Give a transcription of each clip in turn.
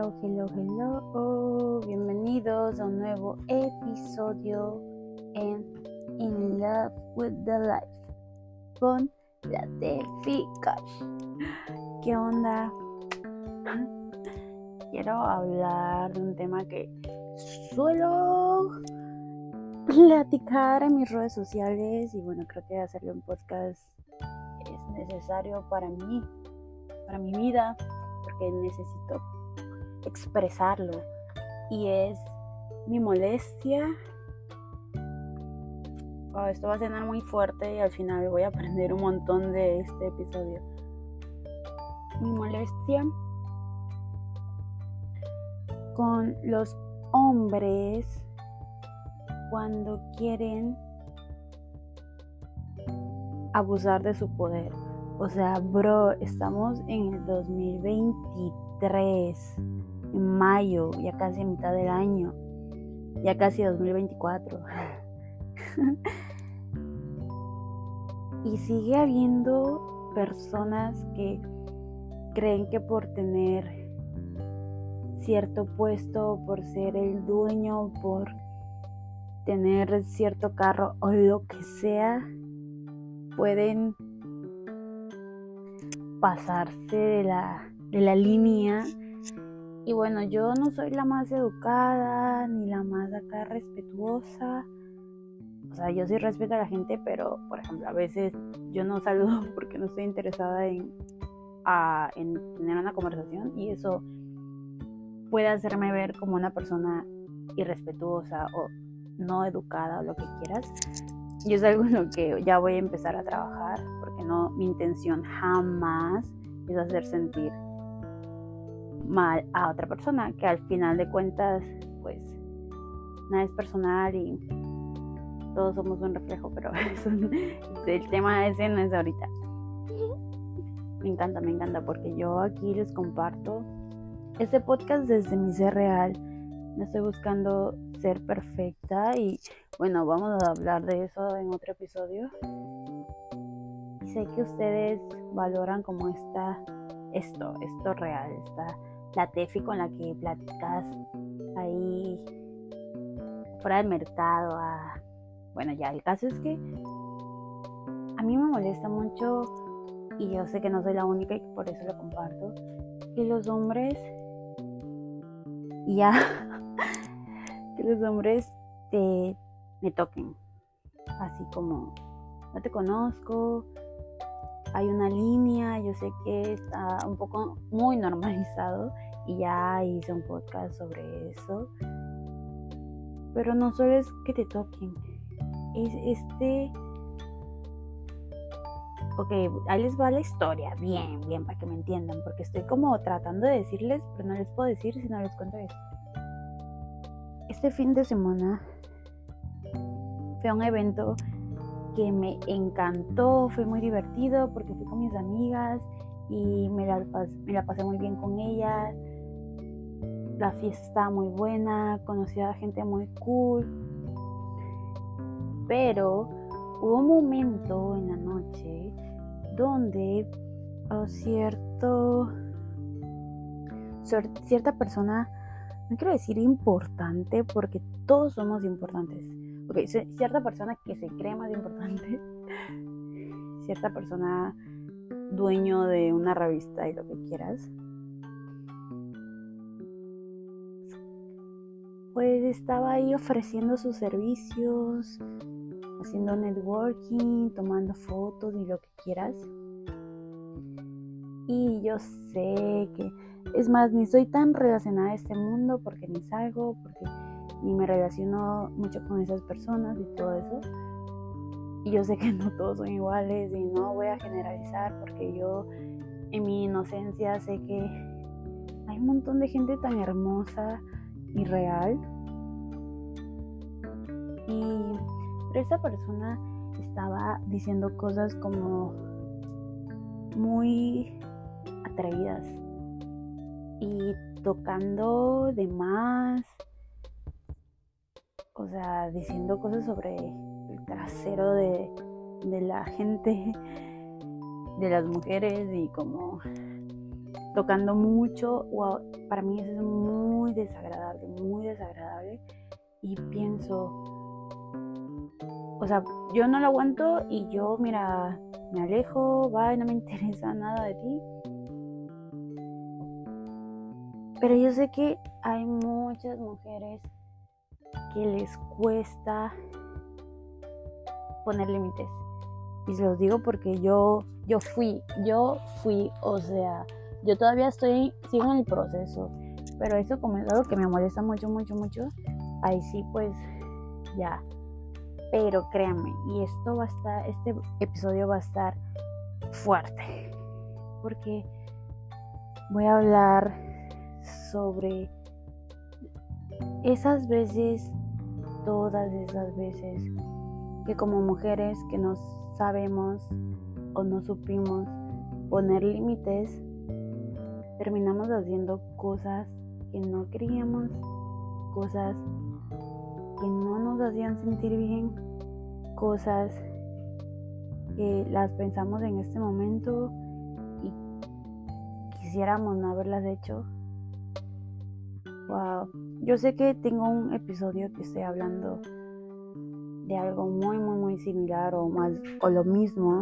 Hello. Bienvenidos a un nuevo episodio en In Love with the Life con la Tefi Cash. ¿Qué onda? Quiero hablar de un tema que suelo platicar en mis redes sociales y bueno, creo que hacerle un podcast es necesario para mí, para mi vida, porque necesito expresarlo, y es mi molestia. Esto va a sonar muy fuerte y al final voy a aprender un montón de este episodio. Mi molestia con los hombres cuando quieren abusar de su poder. O sea, bro, estamos en el 2023, en mayo, ya casi a mitad del año, ya casi 2024. Y sigue habiendo personas que creen que por tener cierto puesto, por ser el dueño, por tener cierto carro o lo que sea, pueden pasarse de la línea. Y bueno, yo no soy la más educada ni la más acá respetuosa. O sea, yo sí respeto a la gente, pero por ejemplo a veces yo no saludo porque no estoy interesada en tener una conversación, y eso puede hacerme ver como una persona irrespetuosa o no educada o lo que quieras. Y es algo en lo que ya voy a empezar a trabajar, porque no, mi intención jamás es hacer sentir mal a otra persona, que al final de cuentas pues nada es personal y todos somos un reflejo, pero el tema ese no es ahorita. Me encanta porque yo aquí les comparto este podcast desde mi ser real. No estoy buscando ser perfecta y bueno, vamos a hablar de eso en otro episodio. Y sé que ustedes valoran como esto real, la Tefi con la que platicas ahí fuera del mercado. Bueno, ya el caso es que a mí me molesta mucho, y yo sé que no soy la única y por eso lo comparto, que los hombres que los hombres me toquen así como no te conozco. Hay una línea, yo sé que está un poco muy normalizado y ya hice un podcast sobre eso, pero no solo es que te toquen, es ok, ahí les va la historia, bien, para que me entiendan, porque estoy como tratando de decirles, pero no les puedo decir si no les cuento esto. Este fin de semana fue un evento que me encantó, fue muy divertido porque fui con mis amigas y me la pasé muy bien con ellas. La fiesta estaba muy buena, conocí a gente muy cool, pero hubo un momento en la noche donde cierta persona, no quiero decir importante porque todos somos importantes, cierta persona que se cree más importante, cierta persona dueño de una revista y lo que quieras, pues estaba ahí ofreciendo sus servicios, haciendo networking, tomando fotos y lo que quieras. Y yo sé que, es más, ni soy tan relacionada a este mundo porque ni salgo, porque ni me relaciono mucho con esas personas y todo eso. Y yo sé que no todos son iguales y no voy a generalizar, porque yo en mi inocencia sé que hay un montón de gente tan hermosa y real. Pero esa persona estaba diciendo cosas como muy atrevidas y tocando de más, o sea, diciendo cosas sobre el trasero de la gente, de las mujeres, y como tocando mucho. Wow, para mí eso es muy desagradable. Y pienso, o sea, yo no lo aguanto y yo, mira, me alejo, va, no me interesa nada de ti. Pero yo sé que hay muchas mujeres que les cuesta poner límites. Y se los digo porque yo fui, o sea, yo todavía sigo en el proceso. Pero eso como es algo que me molesta mucho. Ahí sí, pues, ya. Pero créanme, y este episodio va a estar fuerte. Porque voy a hablar sobre esas veces, todas esas veces, que como mujeres que no sabemos o no supimos poner límites, terminamos haciendo cosas que no queríamos, cosas que no nos hacían sentir bien, cosas que las pensamos en este momento y quisiéramos no haberlas hecho. Wow, yo sé que tengo un episodio que estoy hablando de algo muy similar o lo mismo,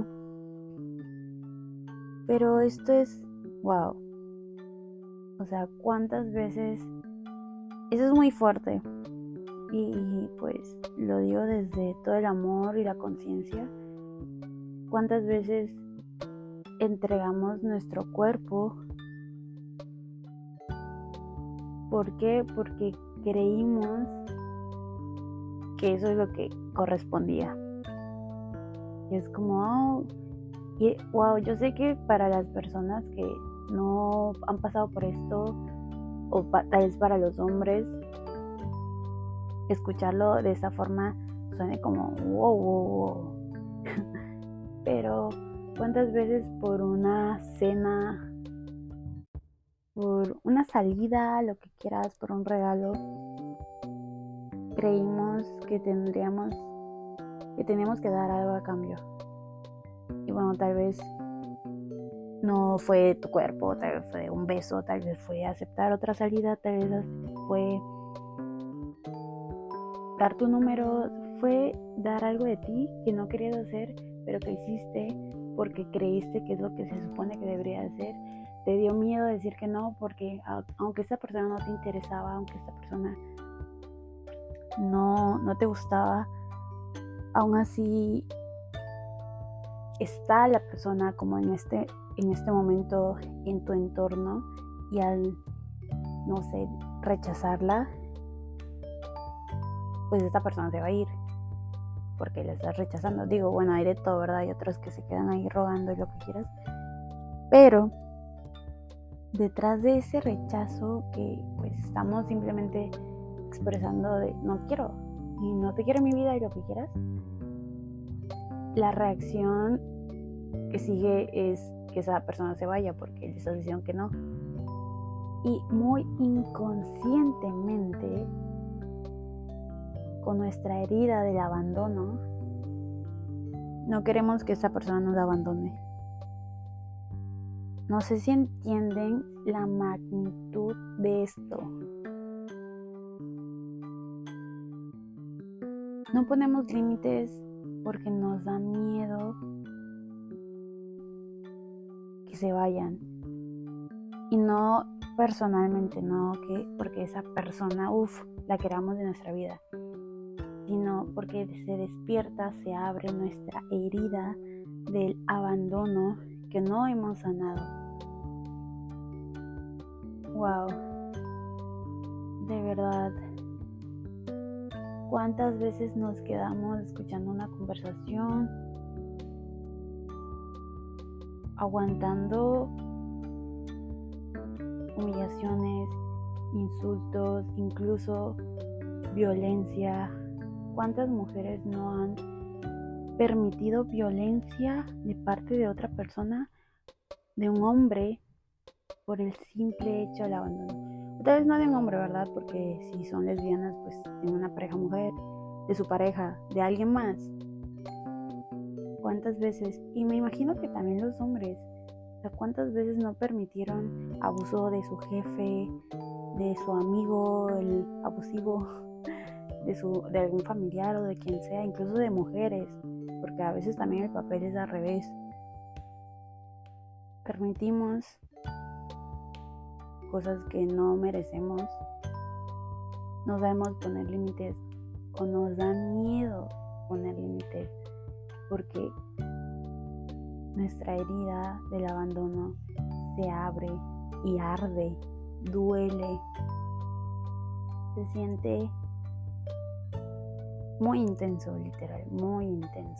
pero esto es wow. O sea, cuántas veces, eso es muy fuerte y pues lo digo desde todo el amor y la conciencia. Cuántas veces entregamos nuestro cuerpo. ¿Por qué? Porque creímos que eso es lo que correspondía. Y es como, wow, yo sé que para las personas que no han pasado por esto, o tal vez para los hombres, escucharlo de esta forma suene como wow. Pero ¿cuántas veces por una cena, por una salida, lo que quieras, por un regalo, creímos que teníamos que dar algo a cambio? Y bueno, tal vez no fue tu cuerpo, tal vez fue un beso, tal vez fue aceptar otra salida, tal vez fue dar tu número, fue dar algo de ti que no querías hacer, pero que hiciste porque creíste que es lo que se supone que debería hacer. Te dio miedo decir que no porque aunque esta persona no te interesaba, aunque esta persona no te gustaba, aún así está la persona como en este momento en tu entorno, y al, no sé, rechazarla, pues esta persona se va a ir porque la estás rechazando. Digo, bueno, hay de todo, ¿verdad? Hay otros que se quedan ahí rogando y lo que quieras, pero detrás de ese rechazo que pues estamos simplemente expresando de no quiero y no te quiero en mi vida y lo que quieras, la reacción que sigue es que esa persona se vaya porque le estás diciendo que no. Y muy inconscientemente, con nuestra herida del abandono, no queremos que esa persona nos abandone. No sé si entienden la magnitud de esto. No ponemos límites porque nos da miedo que se vayan. Y no personalmente, no que porque esa persona, la queramos de nuestra vida, sino porque se despierta, se abre nuestra herida del abandono que no hemos sanado. Wow, de verdad, ¿cuántas veces nos quedamos escuchando una conversación, aguantando humillaciones, insultos, incluso violencia? ¿Cuántas mujeres no han permitido violencia de parte de otra persona, de un hombre, por el simple hecho del abandono? O tal vez no de un hombre, ¿verdad? Porque si son lesbianas, pues tienen una pareja mujer, de su pareja, de alguien más. ¿Cuántas veces? Y me imagino que también los hombres. sea, ¿cuántas veces no permitieron abuso de su jefe, de su amigo, el abusivo, de algún familiar o de quien sea, incluso de mujeres? Porque a veces también el papel es al revés. Permitimos cosas que no merecemos, no sabemos poner límites o nos da miedo poner límites porque nuestra herida del abandono se abre y arde, duele, se siente muy intenso, literal, muy intenso.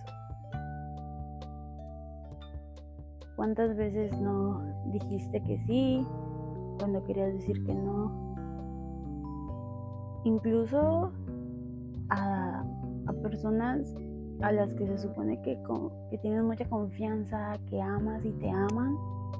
¿Cuántas veces no dijiste que sí cuando querías decir que no? Incluso a personas a las que se supone que tienes mucha confianza, que amas y te aman,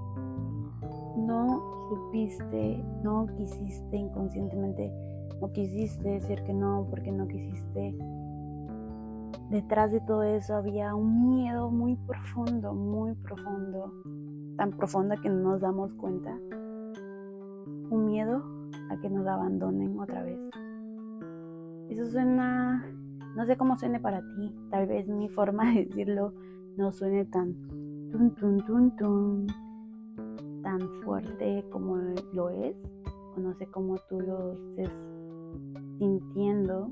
no supiste, no quisiste inconscientemente, no quisiste decir que no porque no quisiste. Detrás de todo eso había un miedo muy profundo, tan profundo que no nos damos cuenta. Un miedo a que nos abandonen otra vez. Eso suena, no sé cómo suene para ti, tal vez mi forma de decirlo no suene tan tan fuerte como lo es, o no sé cómo tú lo estés sintiendo,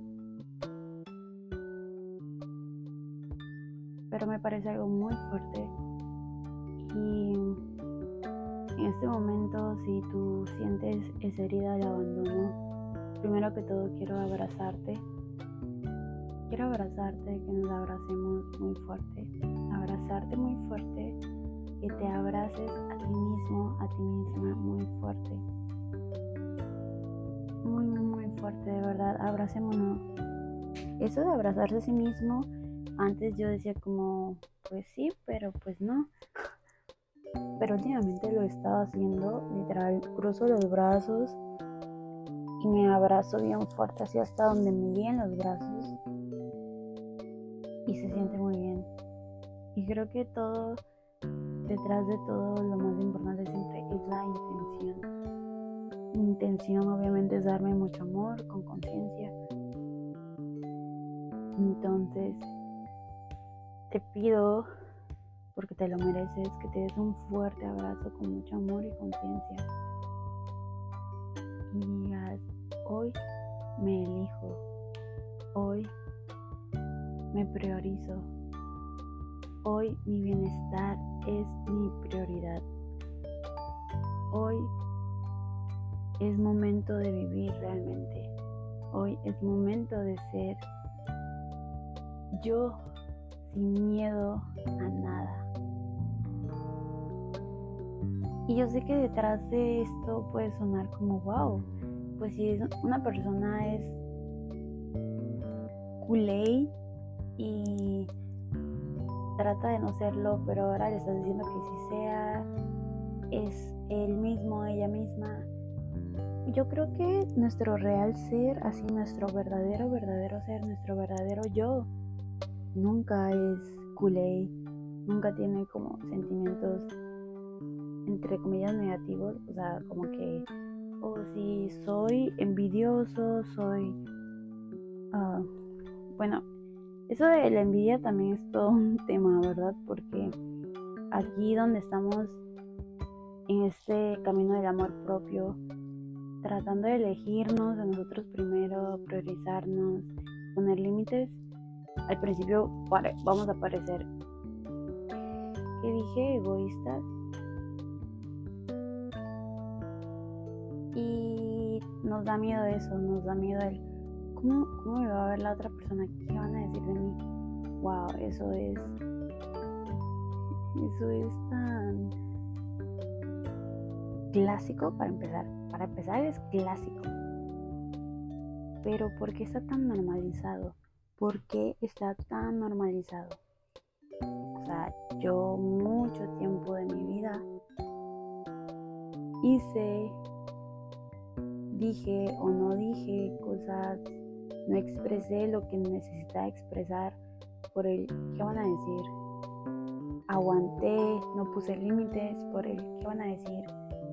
pero me parece algo muy fuerte. Y en este momento, si tú sientes esa herida del abandono, primero que todo quiero abrazarte, que nos abracemos muy fuerte, abrazarte muy fuerte, que te abraces a ti mismo, a ti misma muy fuerte, muy, muy, muy fuerte, de verdad, abracémonos. Eso de abrazarse a sí mismo, antes yo decía como, pues sí, pero pues no. Pero últimamente lo he estado haciendo, literal, cruzo los brazos y me abrazo bien fuerte, así hasta donde me lleguen los brazos, y se siente muy bien. Y creo que todo, detrás de todo, lo más importante siempre es la intención. Mi intención obviamente es darme mucho amor, con conciencia. Entonces, te pido, porque te lo mereces, que te des un fuerte abrazo con mucho amor y conciencia. Y digas, hoy me elijo, hoy me priorizo, hoy mi bienestar es mi prioridad, hoy es momento de vivir realmente, hoy es momento de ser yo sin miedo a nada. Y yo sé que detrás de esto puede sonar como wow, pues si una persona es culé y trata de no serlo, pero ahora le estás diciendo que sí sea, es él mismo, ella misma. Yo creo que nuestro real ser, así nuestro verdadero ser, nuestro verdadero yo, nunca es culé, nunca tiene como sentimientos entre comillas negativos, o sea, como que si soy envidioso, soy bueno, eso de la envidia también es todo un tema, ¿verdad? Porque aquí donde estamos en este camino del amor propio, tratando de elegirnos a nosotros primero, priorizarnos, poner límites, al principio vamos a parecer, ¿qué dije? Egoístas. Y nos da miedo eso, nos da miedo el ¿cómo me va a ver la otra persona? ¿Qué van a decir de mí? Wow, eso es tan clásico para empezar. Para empezar es clásico. Pero ¿por qué está tan normalizado? ¿Por qué está tan normalizado? O sea, yo mucho tiempo de mi vida dije o no dije cosas, no expresé lo que necesitaba expresar por el ¿qué van a decir? aguanté, no puse límites por el que van a decir,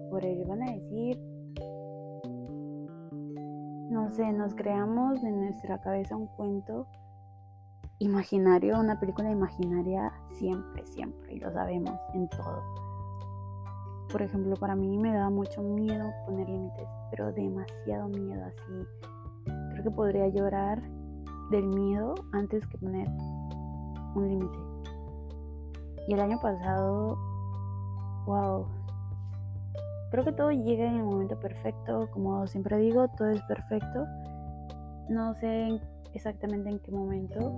no sé, nos creamos en nuestra cabeza un cuento imaginario, una película imaginaria siempre, y lo sabemos en todo. Por ejemplo, para mí me daba mucho miedo poner límites, pero demasiado miedo, así. Creo que podría llorar del miedo antes que poner un límite. Y el año pasado, wow, creo que todo llega en el momento perfecto. Como siempre digo, todo es perfecto. No sé exactamente en qué momento,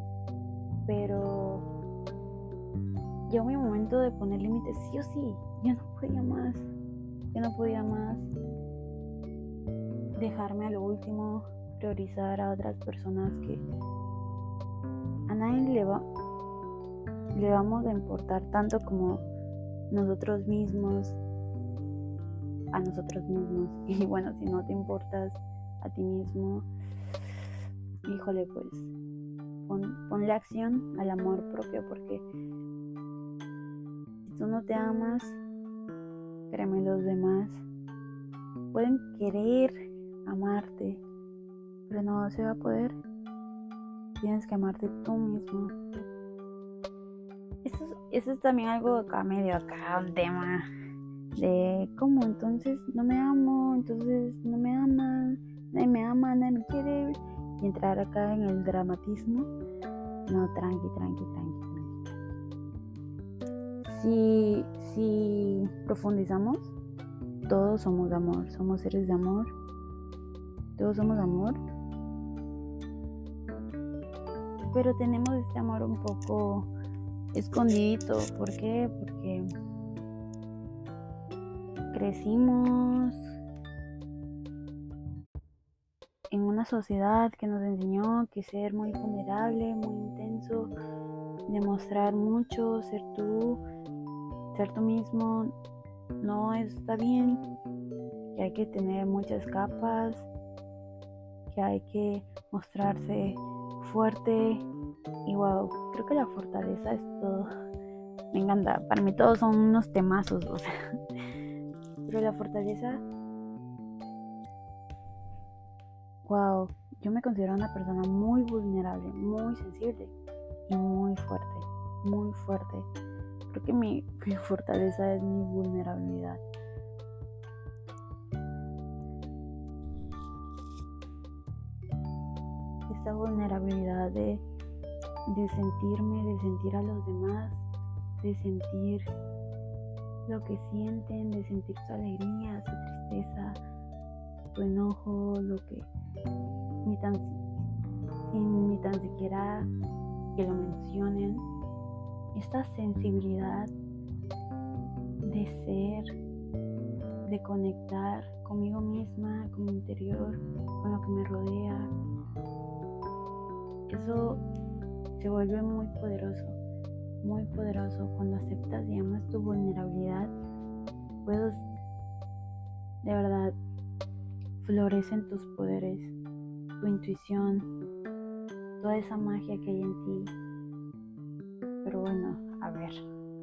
pero llegó mi momento de poner límites sí o sí. Ya no podía más dejarme a lo último, priorizar a otras personas que a nadie le vamos a importar tanto como nosotros mismos a nosotros mismos. Y bueno, si no te importas a ti mismo, híjole, pues ponle acción al amor propio, porque si tú no te amas, créeme, los demás pueden querer amarte, pero no se va a poder. Tienes que amarte tú mismo. Eso es también algo acá, medio acá, un tema de cómo entonces no me amo, entonces no me aman, nadie me quiere, y entrar acá en el dramatismo. No, tranqui. Si profundizamos, todos somos amor, somos seres de amor, todos somos amor, pero tenemos este amor un poco escondidito. ¿Por qué? Porque crecimos en una sociedad que nos enseñó que ser muy vulnerable, muy intenso, demostrar mucho, ser tú mismo no está bien, que hay que tener muchas capas, que hay que mostrarse fuerte. Y wow, creo que la fortaleza es todo. Me encanta, para mí todos son unos temazos, o sea, pero la fortaleza, wow, yo me considero una persona muy vulnerable, muy sensible y muy fuerte. Creo que mi fortaleza es mi vulnerabilidad. Esta vulnerabilidad de sentirme, de sentir a los demás, de sentir lo que sienten, de sentir su alegría, su tristeza, su enojo, lo que ni tan siquiera que lo mencionen. Esta sensibilidad de ser, de conectar conmigo misma, con mi interior, con lo que me rodea, eso se vuelve muy poderoso cuando aceptas y amas tu vulnerabilidad. Puedes, de verdad, florecen tus poderes, tu intuición, toda esa magia que hay en ti. Pero bueno, a ver,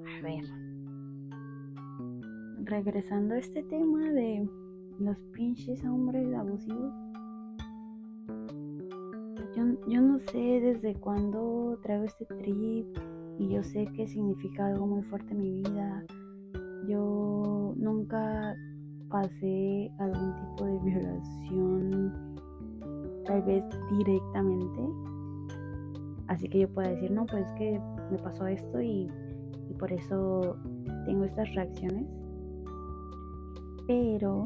regresando a este tema de los pinches hombres abusivos, yo no sé desde cuándo traigo este trip, y yo sé que significa algo muy fuerte en mi vida. Yo nunca pasé algún tipo de violación, tal vez directamente, así que yo puedo decir, no, pues que me pasó esto y por eso tengo estas reacciones. Pero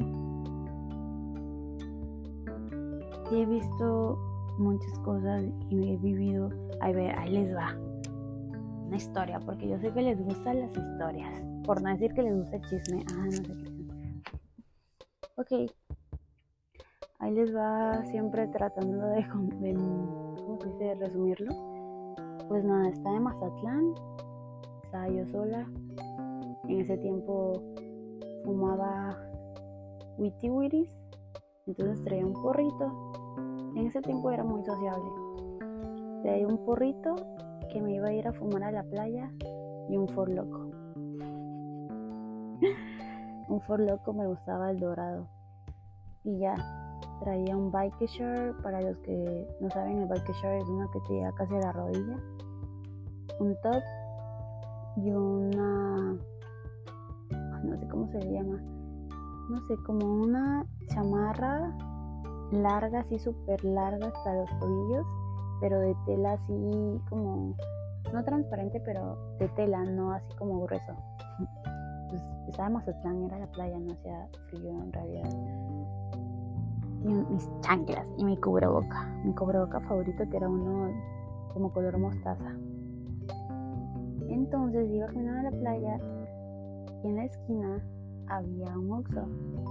sí he visto muchas cosas y he vivido. Ahí les va una historia, porque yo sé que les gustan las historias, por no decir que les gusta el chisme. No sé qué. Ok, ahí les va, siempre tratando de ¿cómo se dice? Resumirlo. Pues nada, estaba en Mazatlán, estaba yo sola. En ese tiempo fumaba witty, entonces traía un porrito. En ese tiempo era muy sociable. Traía un porrito que me iba a ir a fumar a la playa, y un Ford Loco. Un Ford Loco, me gustaba el dorado. Y ya, traía un bike short. Para los que no saben, el bike short es uno que te llega casi a la rodilla. Un top y una, no sé cómo se le llama, no sé, como una chamarra larga, así súper larga hasta los tobillos, pero de tela así como, no transparente, pero de tela, no así como grueso. Pues estaba en Mazatlán, era la playa, no hacía frío en realidad. Y mis chanclas y mi cubreboca favorito, que era uno como color mostaza. Entonces iba caminando a la playa y en la esquina había un Oxxo.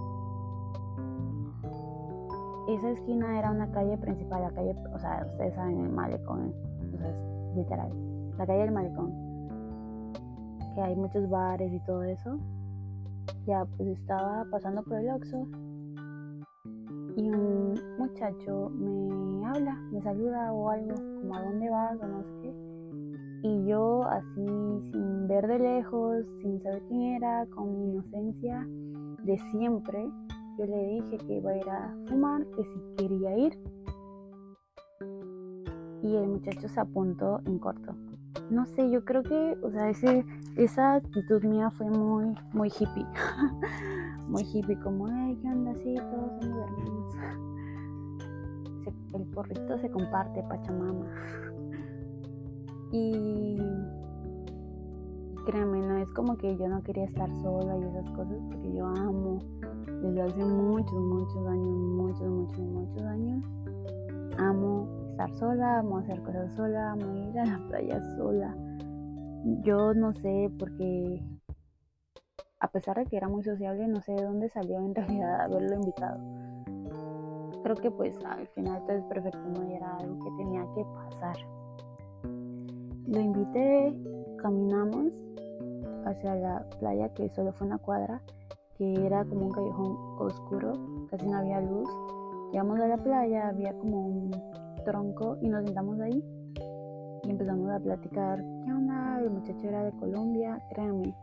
Esa esquina era una calle principal, la calle, o sea, ustedes saben, el malecón, o sea, es literal, la calle del malecón, que hay muchos bares y todo eso. Ya pues estaba pasando por el Oxxo y un muchacho me habla, me saluda o algo, como a dónde vas o no sé qué. Y yo así, sin ver de lejos, sin saber quién era, con mi inocencia de siempre, yo le dije que iba a ir a fumar, que si quería ir. Y el muchacho se apuntó en corto. No sé, yo creo que, o sea, esa actitud mía fue muy, muy hippie. Muy hippie, como, ¿qué onda? Sí, todos somos hermanos. El porrito se comparte, Pachamama. Y créanme, no es como que yo no quería estar sola y esas cosas, porque yo amo desde hace muchos años, amo estar sola, amo hacer cosas sola, amo ir a la playa sola. Yo no sé, porque a pesar de que era muy sociable, no sé de dónde salió en realidad haberlo invitado. Creo que pues al final todo es perfecto, no era algo que tenía que pasar. Lo invité, caminamos hacia la playa, que solo fue una cuadra, que era como un callejón oscuro, casi no había luz. Llegamos a la playa, había como un tronco y nos sentamos ahí y empezamos a platicar. ¿Qué onda? El muchacho era de Colombia. Créanme,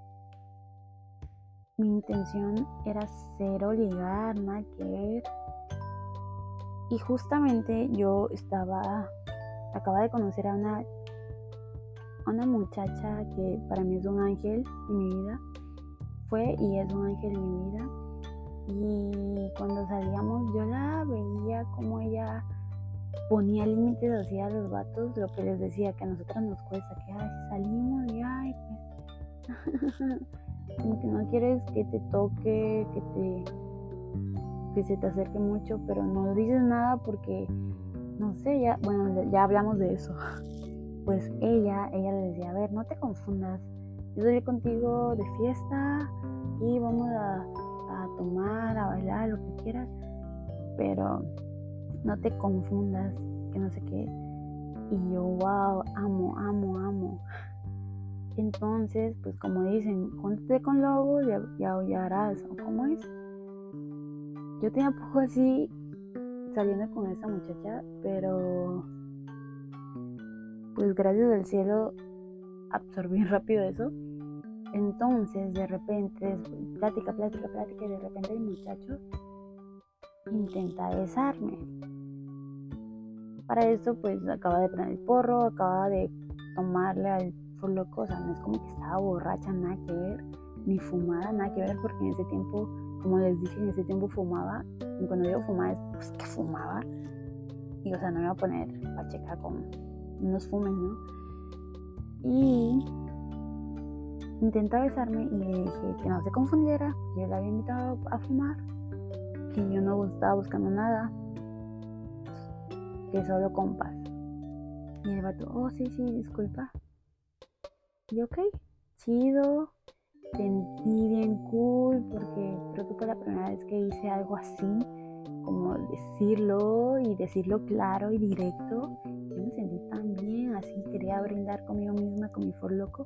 mi intención era cero ligar, nada que ver. Y justamente yo acaba de conocer a una muchacha que para mí es un ángel en mi vida. Fue y es un ángel en mi vida. Y cuando salíamos yo la veía como ella ponía límites hacia los vatos, lo que les decía que a nosotras nos cuesta, que si salimos y pues como que no quieres que te toque, que se te acerque mucho, pero no dices nada porque no sé, ya hablamos de eso. Pues ella le decía, a ver, no te confundas, yo salí contigo de fiesta y vamos a tomar, a bailar, lo que quieras, pero no te confundas, que no sé qué. Y yo, wow, amo. Entonces, pues como dicen, júntate con lobos y aullarás, ¿o cómo es? Yo tenía poco así saliendo con esa muchacha, pero pues gracias al cielo absorbí rápido eso. Entonces de repente, plática, y de repente el muchacho intenta besarme. Para eso pues acaba de prender el porro, acaba de tomarle al Ford Loco, o sea, no es como que estaba borracha, nada que ver, ni fumada, nada que ver, porque en ese tiempo, como les dije, en ese tiempo fumaba, y cuando digo fumaba es pues que fumaba, y o sea, no me iba a poner pacheca con unos fumes, ¿no? Y intenta besarme y le dije que no se confundiera, que yo la había invitado a fumar, que yo no estaba buscando nada, que solo compas. Y el vato, sí, disculpa. Y ok, chido, sentí bien cool, porque creo que fue la primera vez que hice algo así, como decirlo claro y directo. Yo me sentí tan bien, así quería brindar conmigo misma, con mi Ford Loco.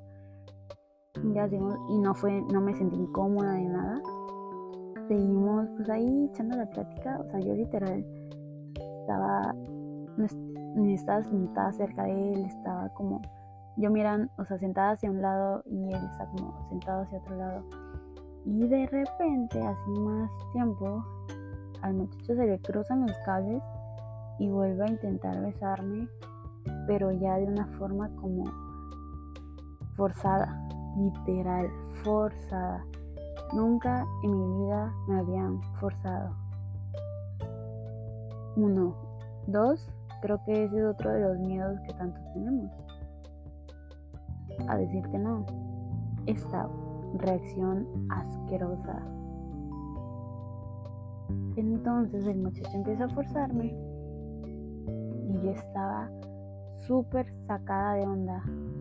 Y no me sentí incómoda ni nada. Seguimos pues ahí echando la plática, o sea, yo literal ni estaba sentada cerca de él, estaba como yo miran, o sea, sentada hacia un lado y él está como sentado hacia otro lado. Y de repente, así más tiempo, al muchacho se le cruzan los cables y vuelve a intentar besarme, pero ya de una forma como forzada, literal, forzada. Nunca en mi vida me habían forzado. 1, 2, creo que ese es otro de los miedos que tanto tenemos. A decir que no. Esta reacción asquerosa. Entonces el muchacho empieza a forzarme y yo estaba súper sacada de onda,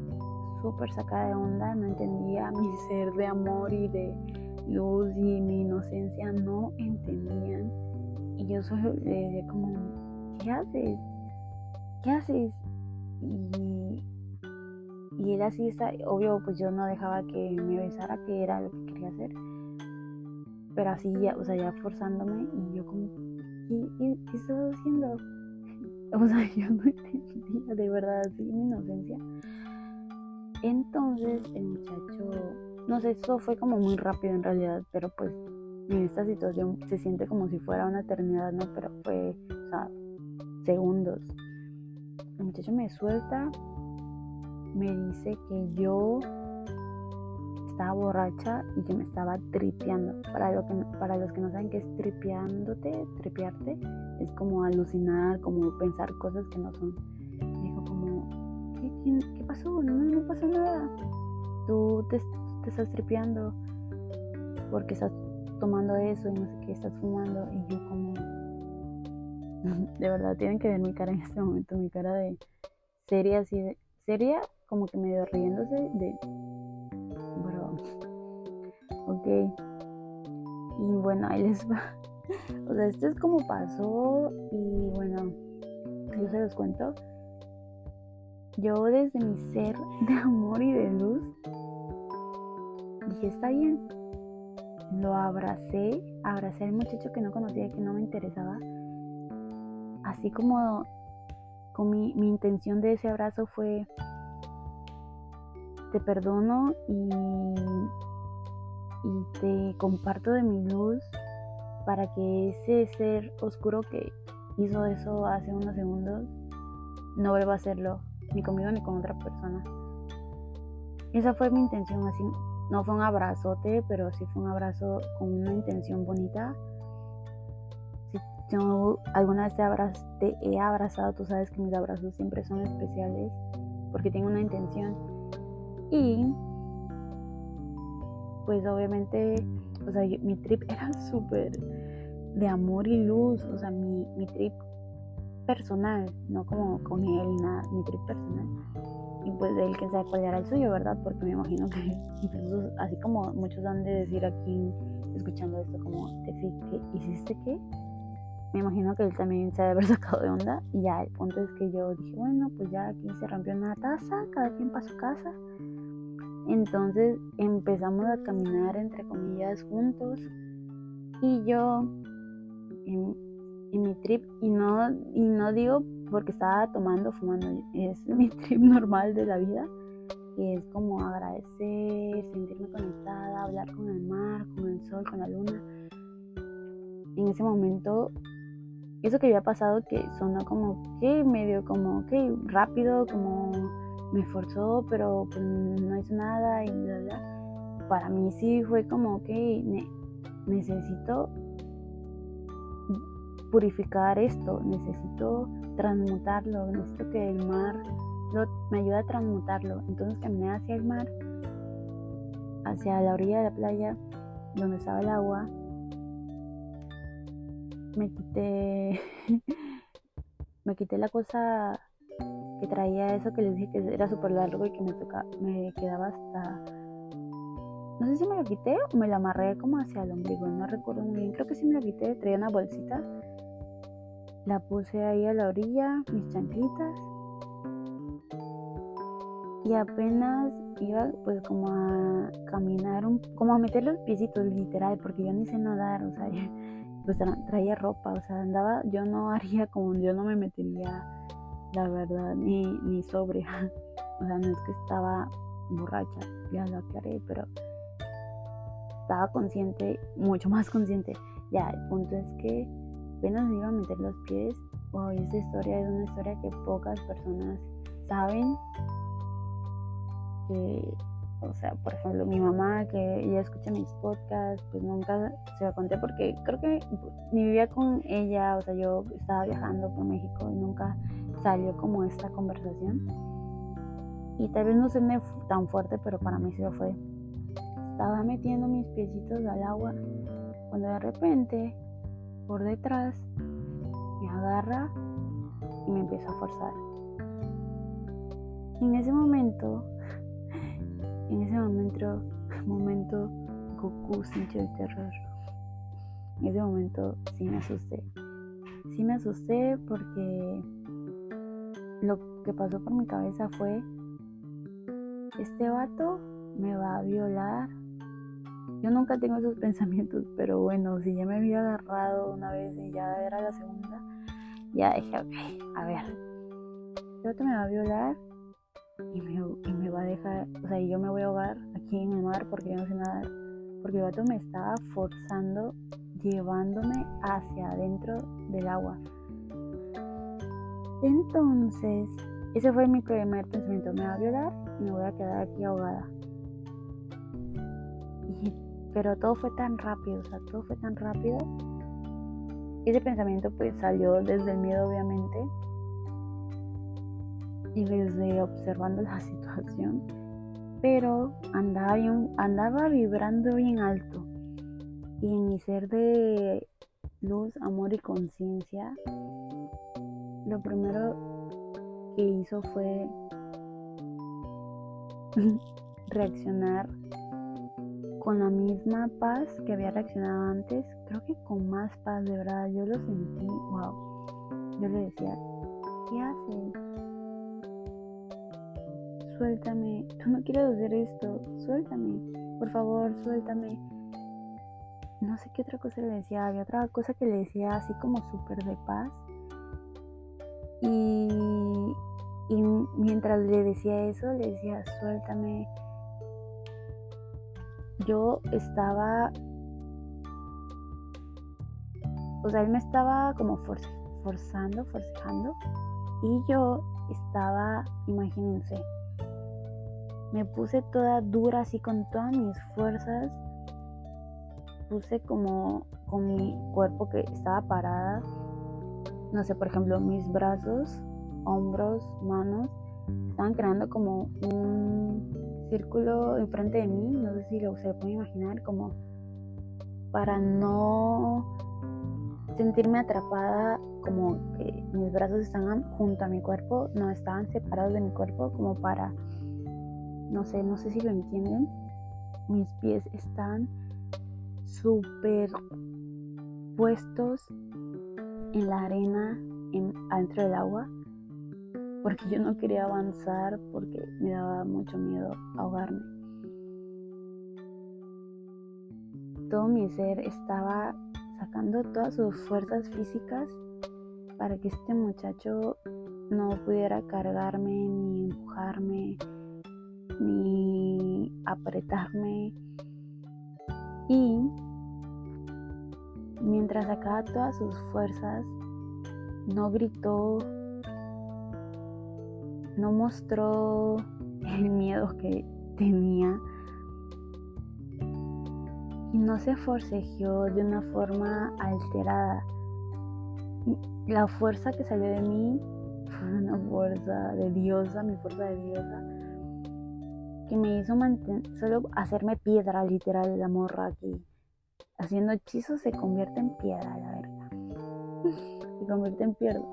no entendía mi ser de amor y de luz y mi inocencia, no entendían. Y yo solo le decía como, ¿qué haces? Y él así está, obvio, pues yo no dejaba que me besara, que era lo que quería hacer, pero así ya, o sea, ya forzándome, y yo como, ¿qué estás haciendo? O sea, yo no entendía, de verdad, así mi inocencia. Entonces el muchacho, no sé, eso fue como muy rápido en realidad, pero pues en esta situación se siente como si fuera una eternidad, ¿no? Pero fue, o sea, segundos. El muchacho me suelta, me dice que yo estaba borracha y que me estaba tripeando. Para los que no saben qué es tripearte, es como alucinar, como pensar cosas que no son. Me dijo como, ¿qué pasó? No pasó nada. Tú te estás tripeando porque estás tomando eso y no sé qué, estás fumando. Y yo como, de verdad, tienen que ver mi cara en este momento, mi cara de seria, así de seria, como que medio riéndose de bro, ok. Y bueno, ahí les va. O sea, esto es como pasó. Y bueno, yo se los cuento. Yo desde mi ser de amor y de luz dije, está bien. Lo abracé al muchacho que no conocía, que no me interesaba. Así como con mi intención de ese abrazo fue, te perdono y te comparto de mi luz para que ese ser oscuro que hizo eso hace unos segundos no vuelva a hacerlo, ni conmigo ni con otra persona. Esa fue mi intención, así. No fue un abrazote, pero sí fue un abrazo con una intención bonita. Si yo alguna vez te he abrazado, tú sabes que mis abrazos siempre son especiales porque tengo una intención. Y pues obviamente, o sea, mi trip era súper de amor y luz, o sea, mi trip personal, no como con él, nada, mi trip personal. Y pues de él, quién sabe cuál era el suyo, ¿verdad? Porque me imagino que incluso, así como muchos han de decir aquí escuchando esto, como, ¿qué hiciste qué? Me imagino que él también se ha de haber sacado de onda. Y ya, el punto es que yo dije, bueno, pues ya aquí se rompió una taza, cada quien para su casa. Entonces empezamos a caminar, entre comillas, juntos. Y yo, en mi trip, y no digo porque estaba tomando, fumando, es mi trip normal de la vida, que es como agradecer, sentirme conectada, hablar con el mar, con el sol, con la luna. En ese momento, eso que había pasado, que sonó como que medio como que rápido, como me forzó, pero pues no hizo nada y bla bla. Para mí sí fue como que necesito purificar esto, necesito transmutarlo, necesito que el mar me ayude a transmutarlo. Entonces caminé hacia el mar, hacia la orilla de la playa donde estaba el agua. Me quité la cosa que traía, eso que les dije que era súper largo y que me quedaba hasta, no sé si me lo quité o me lo amarré como hacia el ombligo, no recuerdo muy bien, creo que sí me lo quité, traía una bolsita, la puse ahí a la orilla, mis chanclitas, y apenas iba pues como a caminar, como a meter los piecitos literal, porque yo ni sé nadar, o sea, pues traía ropa, o sea, yo no haría como, yo no me metería, la verdad, ni sobria, O sea, no es que estaba borracha, ya lo aclaré, pero estaba consciente, mucho más consciente. Ya, el punto es que apenas me iba a meter los pies. Wow, esta historia es una historia que pocas personas saben. Que, o sea, por ejemplo, mi mamá, que ella escucha mis podcasts, pues nunca se lo conté porque creo que ni vivía con ella. O sea, yo estaba viajando por México y nunca salió como esta conversación. Y tal vez no suene tan fuerte, pero para mí sí lo fue. Estaba metiendo mis piecitos al agua cuando de repente, por detrás, me agarra y me empieza a forzar. En ese momento Goku sintió el terror. En ese momento sí me asusté. Sí me asusté porque lo que pasó por mi cabeza fue: este vato me va a violar. Yo nunca tengo esos pensamientos, pero bueno, si ya me había agarrado una vez y ya era la segunda, ya dije, ok, a ver, este vato me va a violar y me va a dejar, o sea, y yo me voy a ahogar aquí en el mar porque yo no sé nadar, porque el vato me estaba forzando, llevándome hacia adentro del agua. Entonces, ese fue mi primer pensamiento: me va a violar y me voy a quedar aquí ahogada. Pero todo fue tan rápido, Ese pensamiento pues salió desde el miedo, obviamente, y desde observando la situación, pero andaba vibrando bien alto. Y en mi ser de luz, amor y conciencia, lo primero que hizo fue reaccionar con la misma paz que había reaccionado antes. Creo que con más paz, de verdad. Yo lo sentí, wow. Yo le decía: ¿qué haces? Suéltame, tú no quieres hacer esto, suéltame, por favor, suéltame. No sé qué otra cosa le decía, había otra cosa que le decía así como súper de paz. Y mientras le decía eso, le decía: suéltame. Yo estaba, o sea, él me estaba como forcejando, y yo estaba, imagínense, me puse toda dura así con todas mis fuerzas, puse como con mi cuerpo que estaba parada, no sé, por ejemplo, mis brazos, hombros, manos, estaban creando como un círculo enfrente de mí, no sé si se lo pueden imaginar, como para no sentirme atrapada, como que mis brazos estaban junto a mi cuerpo, no estaban separados de mi cuerpo, como para, no sé si lo entienden. Mis pies están súper puestos en la arena, adentro del agua, porque yo no quería avanzar, porque me daba mucho miedo ahogarme. Todo mi ser estaba sacando todas sus fuerzas físicas para que este muchacho no pudiera cargarme, ni empujarme, ni apretarme. Y mientras sacaba todas sus fuerzas, no gritó, no mostró el miedo que tenía, y no se forcejeó de una forma alterada. La fuerza que salió de mí fue una fuerza de diosa, mi fuerza de diosa, que me hizo solo hacerme piedra, literal. La morra aquí haciendo hechizos se convierte en piedra, la verdad. Se convierte en piedra.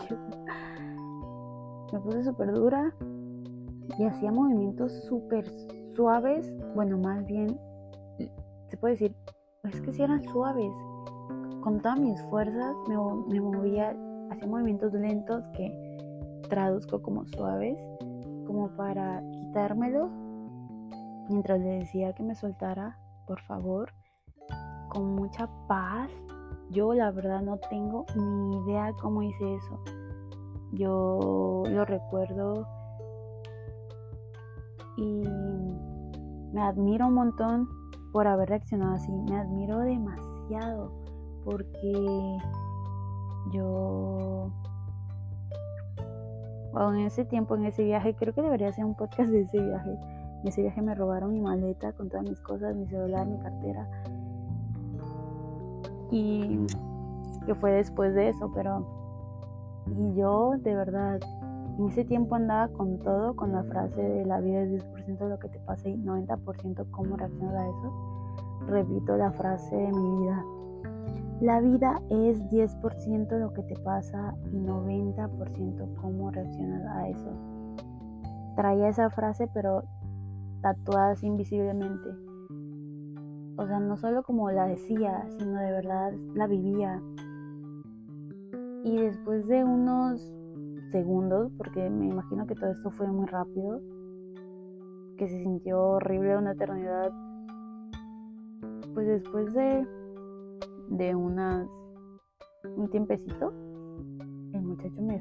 Me puse súper dura y hacía movimientos súper suaves. Bueno, más bien se puede decir, es que si eran suaves. Con todas mis fuerzas me movía, hacía movimientos lentos que traduzco como suaves, como para quitármelo, mientras le decía que me soltara, por favor, con mucha paz. Yo la verdad no tengo ni idea cómo hice eso. Yo lo recuerdo Y me admiro un montón por haber reaccionado así. Me admiro demasiado porque yo, en ese tiempo, en ese viaje, creo que debería ser un podcast de ese viaje. En ese viaje me robaron mi maleta con todas mis cosas, mi celular, mi cartera. Y que fue después de eso, y yo de verdad en ese tiempo andaba con todo, con la frase de la vida es 10% de lo que te pasa y 90% cómo reaccionas a eso. Repito la frase de mi vida: la vida es 10% lo que te pasa y 90% cómo reaccionas a eso. Traía esa frase pero tatuada así invisiblemente. O sea, no solo como la decía, sino de verdad la vivía. Y después de unos segundos, porque me imagino que todo esto fue muy rápido, que se sintió horrible, una eternidad, pues después de un tiempecito, el muchacho me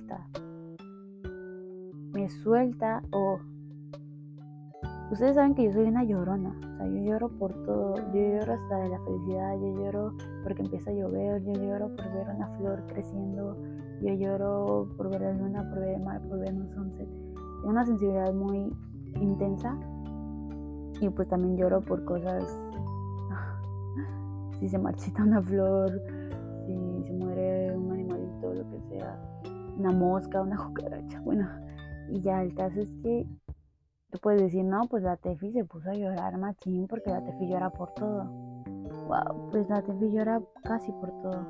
suelta. Ustedes saben que yo soy una llorona, o sea, yo lloro por todo, yo lloro hasta de la felicidad, yo lloro porque empieza a llover, yo lloro por ver una flor creciendo, yo lloro por ver la luna, por ver el mar, por ver un sunset. Tengo una sensibilidad muy intensa y pues también lloro por cosas, si se marchita una flor, si se muere un animalito, lo que sea, una mosca, una cucaracha, bueno, y ya el caso es que tú puedes decir, no, pues la Tefi se puso a llorar machín porque la Tefi llora por todo. Wow, pues la Tefi llora casi por todo.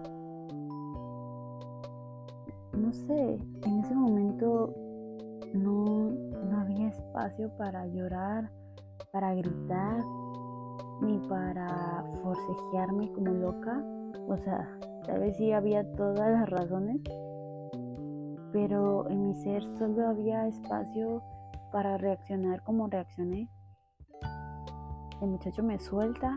No sé, en ese momento no había espacio para llorar, para gritar, ni para forcejearme como loca. O sea, tal vez sí había todas las razones, pero en mi ser solo había espacio para reaccionar como reaccioné. El muchacho me suelta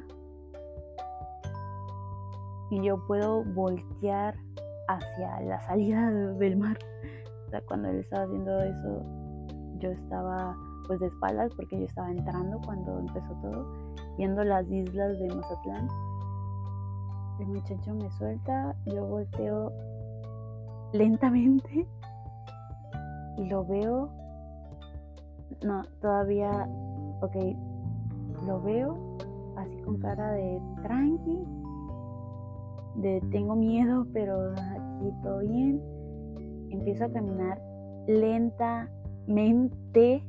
y yo puedo voltear hacia la salida del mar. O sea, cuando él estaba haciendo eso, yo estaba pues de espaldas porque yo estaba entrando cuando empezó todo, viendo las islas de Mazatlán. El muchacho me suelta, yo volteo lentamente y lo veo. No, todavía, ok, lo veo así con cara de tranqui, de tengo miedo, pero aquí todo bien. Empiezo a caminar lentamente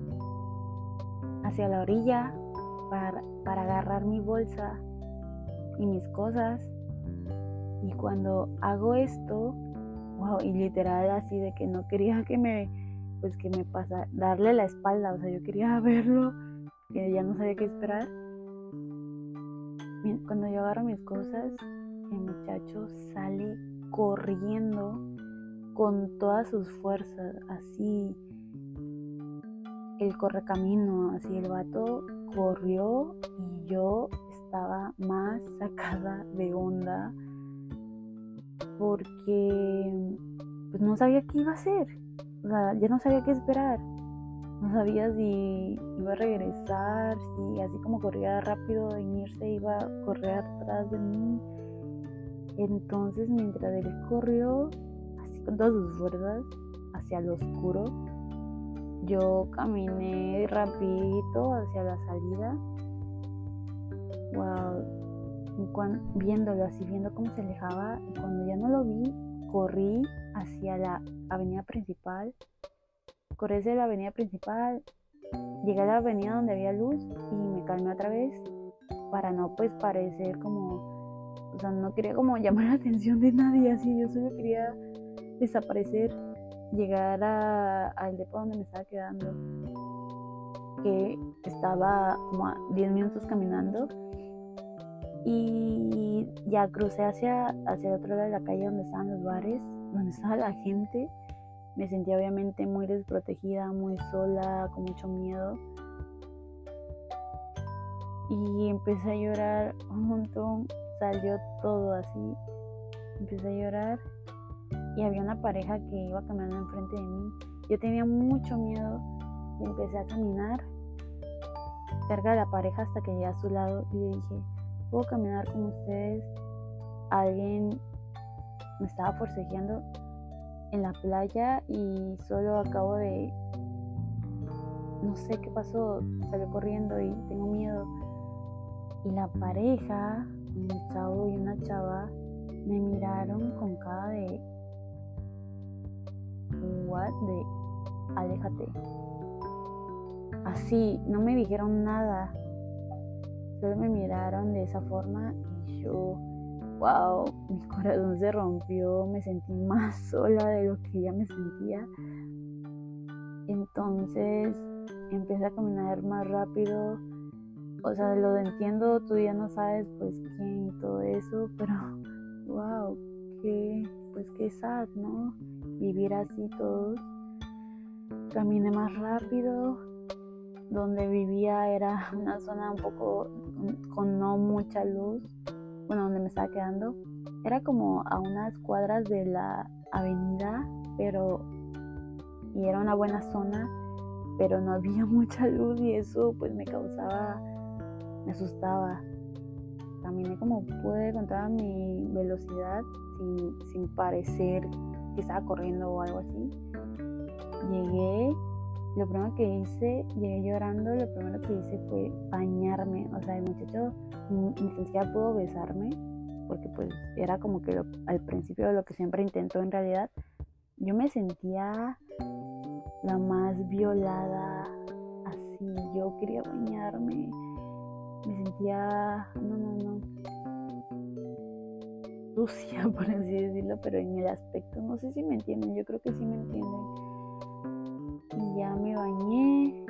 hacia la orilla para agarrar mi bolsa y mis cosas. Y cuando hago esto, wow, y literal así de que no quería que me pasa, darle la espalda, o sea, yo quería verlo, que ya no sabía qué esperar. Cuando yo agarro mis cosas, el muchacho sale corriendo con todas sus fuerzas, así, el correcamino, así, el vato corrió y yo estaba más sacada de onda porque pues no sabía qué iba a hacer. O sea, ya no sabía qué esperar. No sabía si iba a regresar, si así como corría rápido en irse iba a correr atrás de mí. Entonces, mientras él corrió, así con todas sus fuerzas, hacia lo oscuro, yo caminé rapidito hacia la salida. Wow, viéndolo así, viendo cómo se alejaba. Y cuando ya no lo vi, corrí hacia la avenida principal. Corrí hacia la avenida principal, llegué a la avenida donde había luz y me calmé otra vez para no pues parecer como, o sea, no quería como llamar la atención de nadie así, yo solo quería desaparecer, llegar al depo donde me estaba quedando, que estaba como a 10 minutos caminando, y ya crucé hacia el otro lado de la calle donde estaban los bares, donde estaba la gente. Me sentía obviamente muy desprotegida, muy sola, con mucho miedo. Y empecé a llorar un montón, salió todo así. Empecé a llorar y había una pareja que iba caminando enfrente de mí. Yo tenía mucho miedo y empecé a caminar cerca de la pareja hasta que llegué a su lado y le dije, ¿puedo caminar con ustedes? Alguien me estaba forcejeando en la playa y solo acabo de, no sé qué pasó, salió corriendo y tengo miedo. Y la pareja, un chavo y una chava, me miraron con cara de what, de aléjate. Así, no me dijeron nada, solo me miraron de esa forma y yo, wow, mi corazón se rompió, me sentí más sola de lo que ya me sentía. Entonces empecé a caminar más rápido. O sea, lo entiendo, tú ya no sabes pues quién y todo eso, pero wow, qué sad, ¿no? Vivir así todos. Caminé más rápido. Donde vivía era una zona un poco con no mucha luz. Bueno, donde me estaba quedando. Era como a unas cuadras de la avenida, y era una buena zona, pero no había mucha luz y eso pues me asustaba. Caminé como pude con toda mi velocidad, sin parecer que estaba corriendo o algo así. Llegué llorando, lo primero que hice fue bañarme. O sea, el muchacho ni siquiera pudo besarme, porque pues era como que al principio de lo que siempre intentó en realidad. Yo me sentía la más violada, así, yo quería bañarme, me sentía, no, sucia, por así decirlo, pero en el aspecto, no sé si me entienden, yo creo que sí me entienden. Y ya me bañé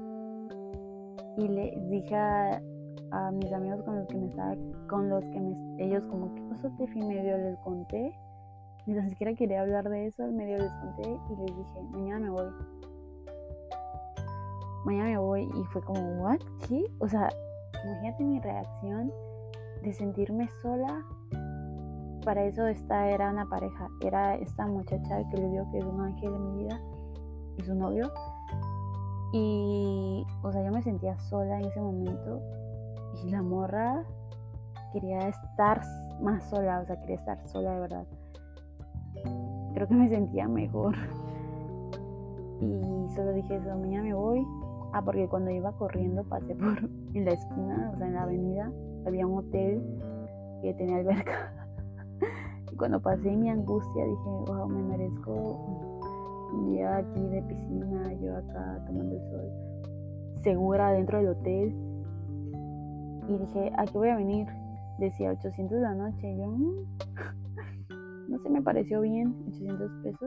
y le dije a mis amigos ellos como, ¿qué pasó, Tefi? Medio les conté, ni tan siquiera quería hablar de eso, medio les conté y les dije, mañana me voy, y fue como, ¿what? ¿Qué? O sea, imagínate mi reacción de sentirme sola. Para eso esta era una pareja, era esta muchacha que les digo que es un ángel de mi vida y su novio. Y, o sea, yo me sentía sola en ese momento y la morra quería estar más sola, o sea, quería estar sola de verdad. Creo que me sentía mejor y solo dije eso, mañana me voy. Porque cuando iba corriendo pasé en la esquina, o sea, en la avenida, había un hotel que tenía alberca. Y cuando pasé mi angustia dije, wow, me merezco un día aquí de piscina, yo acá tomando el sol, segura dentro del hotel. Y dije, ¿a qué voy a venir? Decía 800 la noche. Y yo, no sé, me pareció bien, 800 pesos.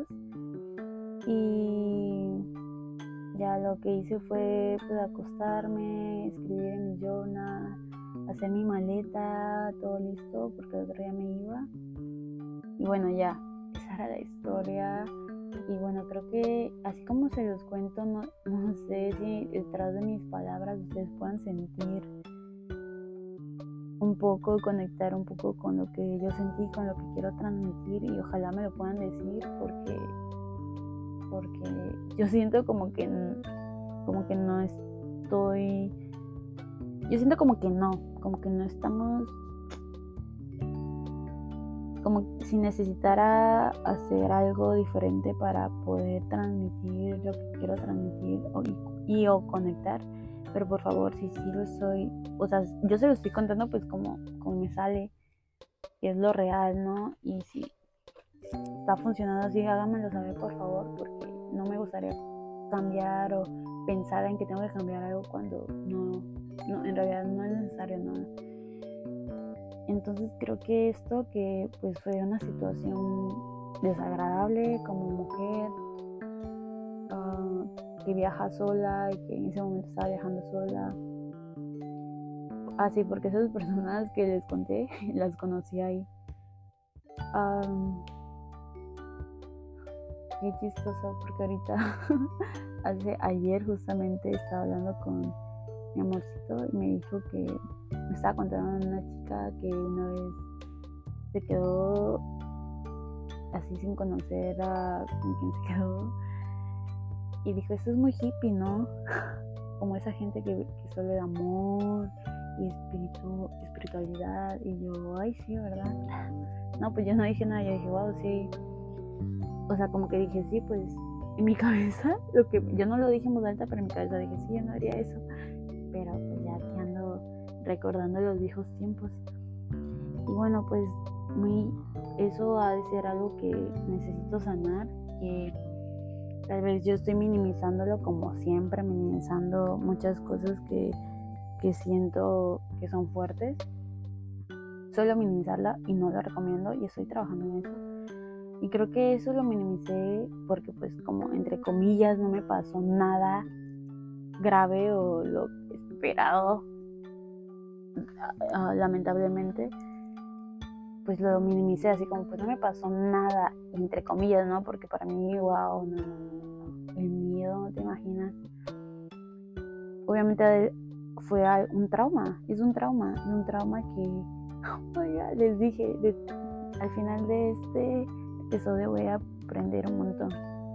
Y ya lo que hice fue pues acostarme, escribir en mi journal, hacer mi maleta, todo listo porque el otro día me iba. Y bueno, ya, esa era la historia. Y bueno, creo que así como se los cuento, no sé si detrás de mis palabras ustedes puedan sentir un poco, conectar un poco con lo que yo sentí, con lo que quiero transmitir, y ojalá me lo puedan decir porque yo siento como que no estoy, yo siento como que no estamos, como si necesitara hacer algo diferente para poder transmitir lo que quiero transmitir o conectar. Pero por favor, si sí lo soy, o sea, yo se lo estoy contando pues como me sale, que es lo real, ¿no? Y si está funcionando así, háganmelo saber por favor, porque no me gustaría cambiar o pensar en que tengo que cambiar algo cuando no, en realidad no es necesario, ¿no? Entonces creo que esto, que pues fue una situación desagradable como mujer, que viaja sola y que en ese momento estaba viajando sola. Sí, porque esas personas que les conté las conocí ahí. Qué chistoso, porque ahorita ayer justamente estaba hablando con mi amorcito y me dijo que me estaba contando una chica que una vez se quedó así sin conocer a con quién se quedó, y dijo, esto es muy hippie, ¿no? Como esa gente que solo de amor y espiritualidad. Y yo, ay, sí, ¿verdad? No, pues yo no dije nada, yo dije, wow, sí. O sea, como que dije, sí, pues en mi cabeza, yo no lo dije en voz alta, pero en mi cabeza dije, sí, yo no haría eso. Pero pues ya aquí ando recordando los viejos tiempos. Y bueno, pues eso ha de ser algo que necesito sanar, que tal vez yo estoy minimizándolo como siempre, minimizando muchas cosas que siento que son fuertes. Suelo minimizarla y no lo recomiendo y estoy trabajando en eso. Y creo que eso lo minimicé porque pues como entre comillas no me pasó nada grave o lo esperado, lamentablemente. Pues lo minimicé así como pues no me pasó nada, entre comillas, ¿no? Porque para mí, wow, no. El miedo, no te imaginas. Obviamente fue un trauma, es un trauma que, oiga, les dije, al final de este episodio voy a aprender un montón.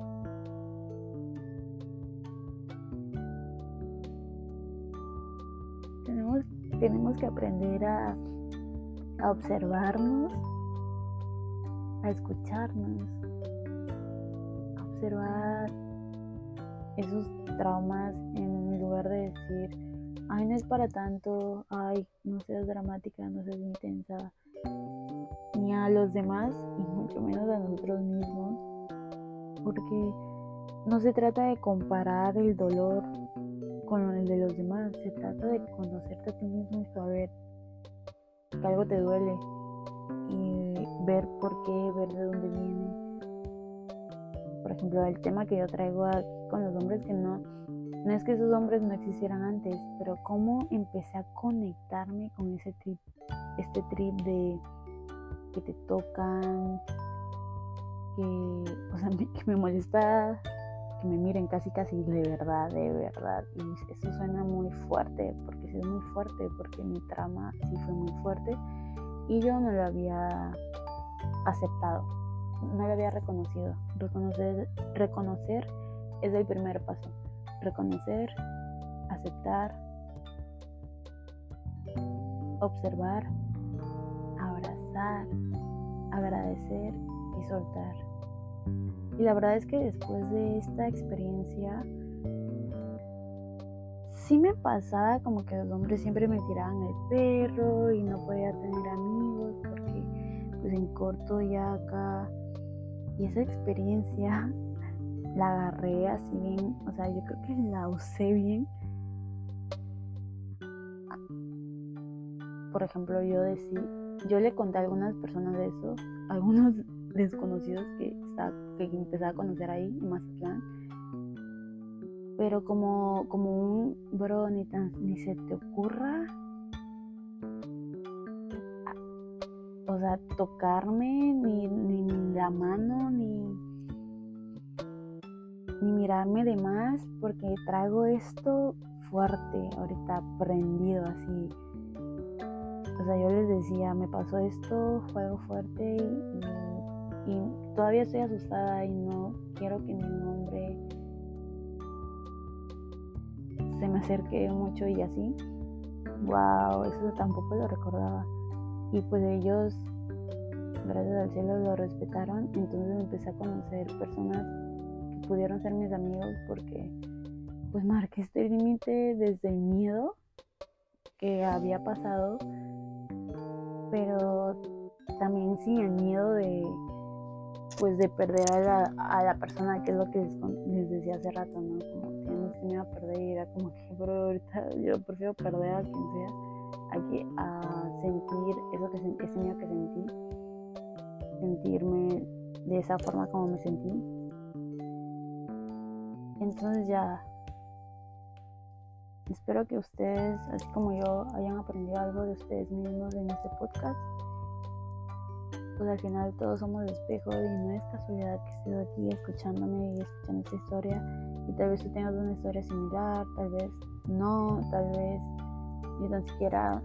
Tenemos que aprender a observarnos, a escucharnos, a observar esos traumas en lugar de decir, ay, no es para tanto, ay, no seas dramática, no seas intensa, ni a los demás y mucho menos a nosotros mismos, porque no se trata de comparar el dolor con el de los demás, se trata de conocerte a ti mismo y saber que algo te duele y ver por qué, ver de dónde viene. Por ejemplo, el tema que yo traigo aquí con los hombres, que no es que esos hombres no existieran antes, pero cómo empecé a conectarme con este trip de que te tocan, que me molesta que me miren casi de verdad, y eso suena muy fuerte, porque sí es muy fuerte, porque mi trama sí fue muy fuerte y yo no lo había aceptado, no lo había reconocido. Reconocer es el primer paso. Reconocer, aceptar, observar, abrazar, agradecer y soltar. Y la verdad es que después de esta experiencia sí me pasaba como que los hombres siempre me tiraban el perro y no podía tener amigos porque pues en corto ya acá. Y esa experiencia la agarré así bien, o sea, yo creo que la usé bien. Por ejemplo, yo le conté a algunas personas de eso, algunos desconocidos que empecé a conocer ahí en Mazatlán, pero como un bro, ni se te ocurra, o sea, tocarme, ni la mano, ni mirarme de más, porque traigo esto fuerte, ahorita prendido así. O sea, yo les decía, me pasó esto, fue algo fuerte y todavía estoy asustada y no quiero que ningún hombre se me acerque mucho y así. Wow, eso tampoco lo recordaba. Y pues ellos, gracias al cielo, lo respetaron. Entonces empecé a conocer personas que pudieron ser mis amigos porque pues marqué este límite desde el miedo que había pasado, pero también sin el miedo de perder a la persona, que es lo que les decía hace rato, ¿no? Como tenemos que me iba a perder y era como que, bro, ahorita yo prefiero perder a quien sea a sentir ese miedo que sentí, sentirme de esa forma como me sentí. Entonces ya, espero que ustedes, así como yo, hayan aprendido algo de ustedes mismos en este podcast. Pues al final todos somos espejo y no es casualidad que estés aquí escuchándome y escuchando esta historia, y tal vez tú tengas una historia similar, tal vez no, tal vez ni tan siquiera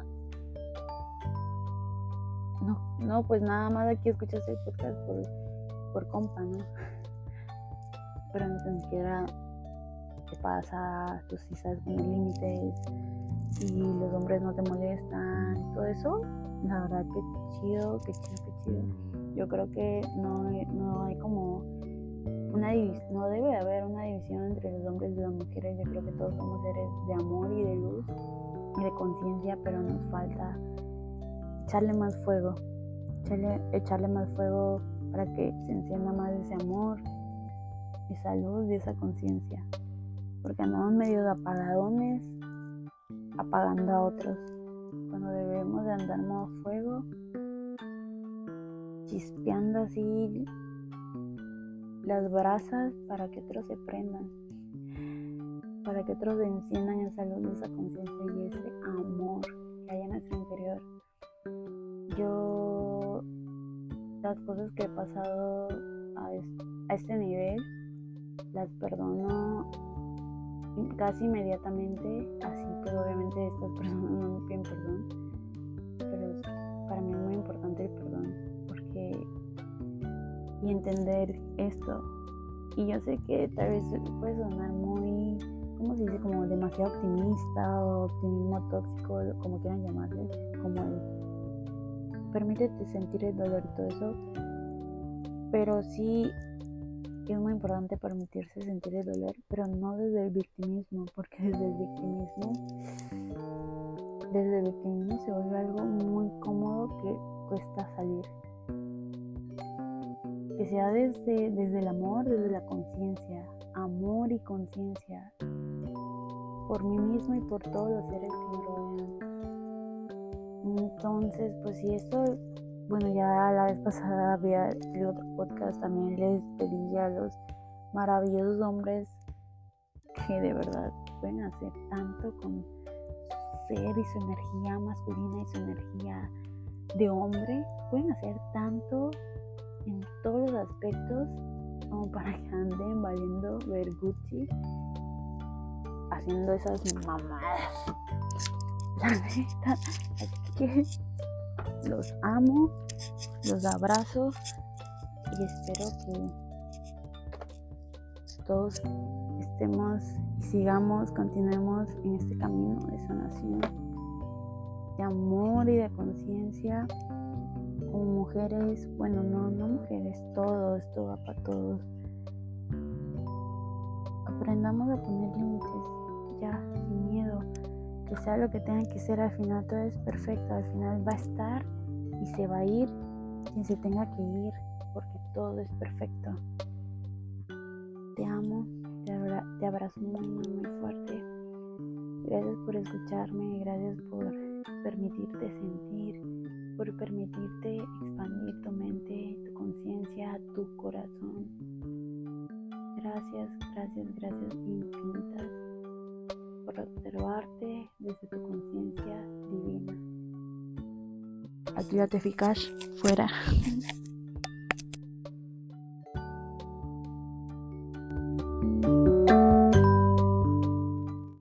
no, pues nada más aquí escuchas el podcast por compa, ¿no? Pero ni tan siquiera te pasa, tú sí sabes poner límites y los hombres no te molestan, todo eso, la verdad que chido, que chido, que chido. Yo creo que no hay como una división, no debe haber una división entre los hombres y las mujeres. Yo creo que todos somos seres de amor y de luz y de conciencia, pero nos falta echarle más fuego, echarle más fuego para que se encienda más ese amor, esa luz y esa conciencia, porque andamos medio apagadones, apagando a otros, cuando debemos de andar más fuego, chispeando así las brasas para que otros se prendan, para que otros enciendan esa luz, esa conciencia y ese amor que hay en nuestro interior. Yo, las cosas que he pasado a este nivel, las perdono casi inmediatamente, así pues obviamente estas personas no me piden perdón, pero para mí es muy importante el perdón, porque y entender esto, y yo sé que tal vez puede sonar muy, ¿cómo se dice? Como demasiado optimista o optimismo tóxico, como quieran llamarle, como el permítete sentir el dolor y todo eso, pero sí es muy importante permitirse sentir el dolor, pero no desde el victimismo, porque desde el victimismo se vuelve algo muy cómodo que cuesta salir. Que sea desde el amor, desde la conciencia, amor y conciencia por mí mismo y por todos los seres que me rodean. Entonces, pues si esto, bueno, ya la vez pasada había el otro podcast, también les pedí a los maravillosos hombres que de verdad pueden hacer tanto con su ser y su energía masculina y su energía de hombre, pueden hacer tanto en todos los aspectos como para que anden valiendo ver Gucci haciendo esas mamadas, la neta. Así que los amo, los abrazo y espero que todos estemos y sigamos, continuemos en este camino de sanación, de amor y de conciencia, como mujeres, bueno, no mujeres, todos, esto va para todos. Aprendamos a poner límites, ya, sin miedo, que sea lo que tenga que ser, al final todo es perfecto, al final va a estar y se va a ir quien se tenga que ir, porque todo es perfecto. Te amo, te abrazo muy, muy, muy fuerte. Gracias por escucharme, gracias por permitirte sentir, por permitirte expandir tu mente, tu conciencia, tu corazón. Gracias, gracias, gracias infinitas por observarte desde tu conciencia divina. Actívate eficaz, fuera.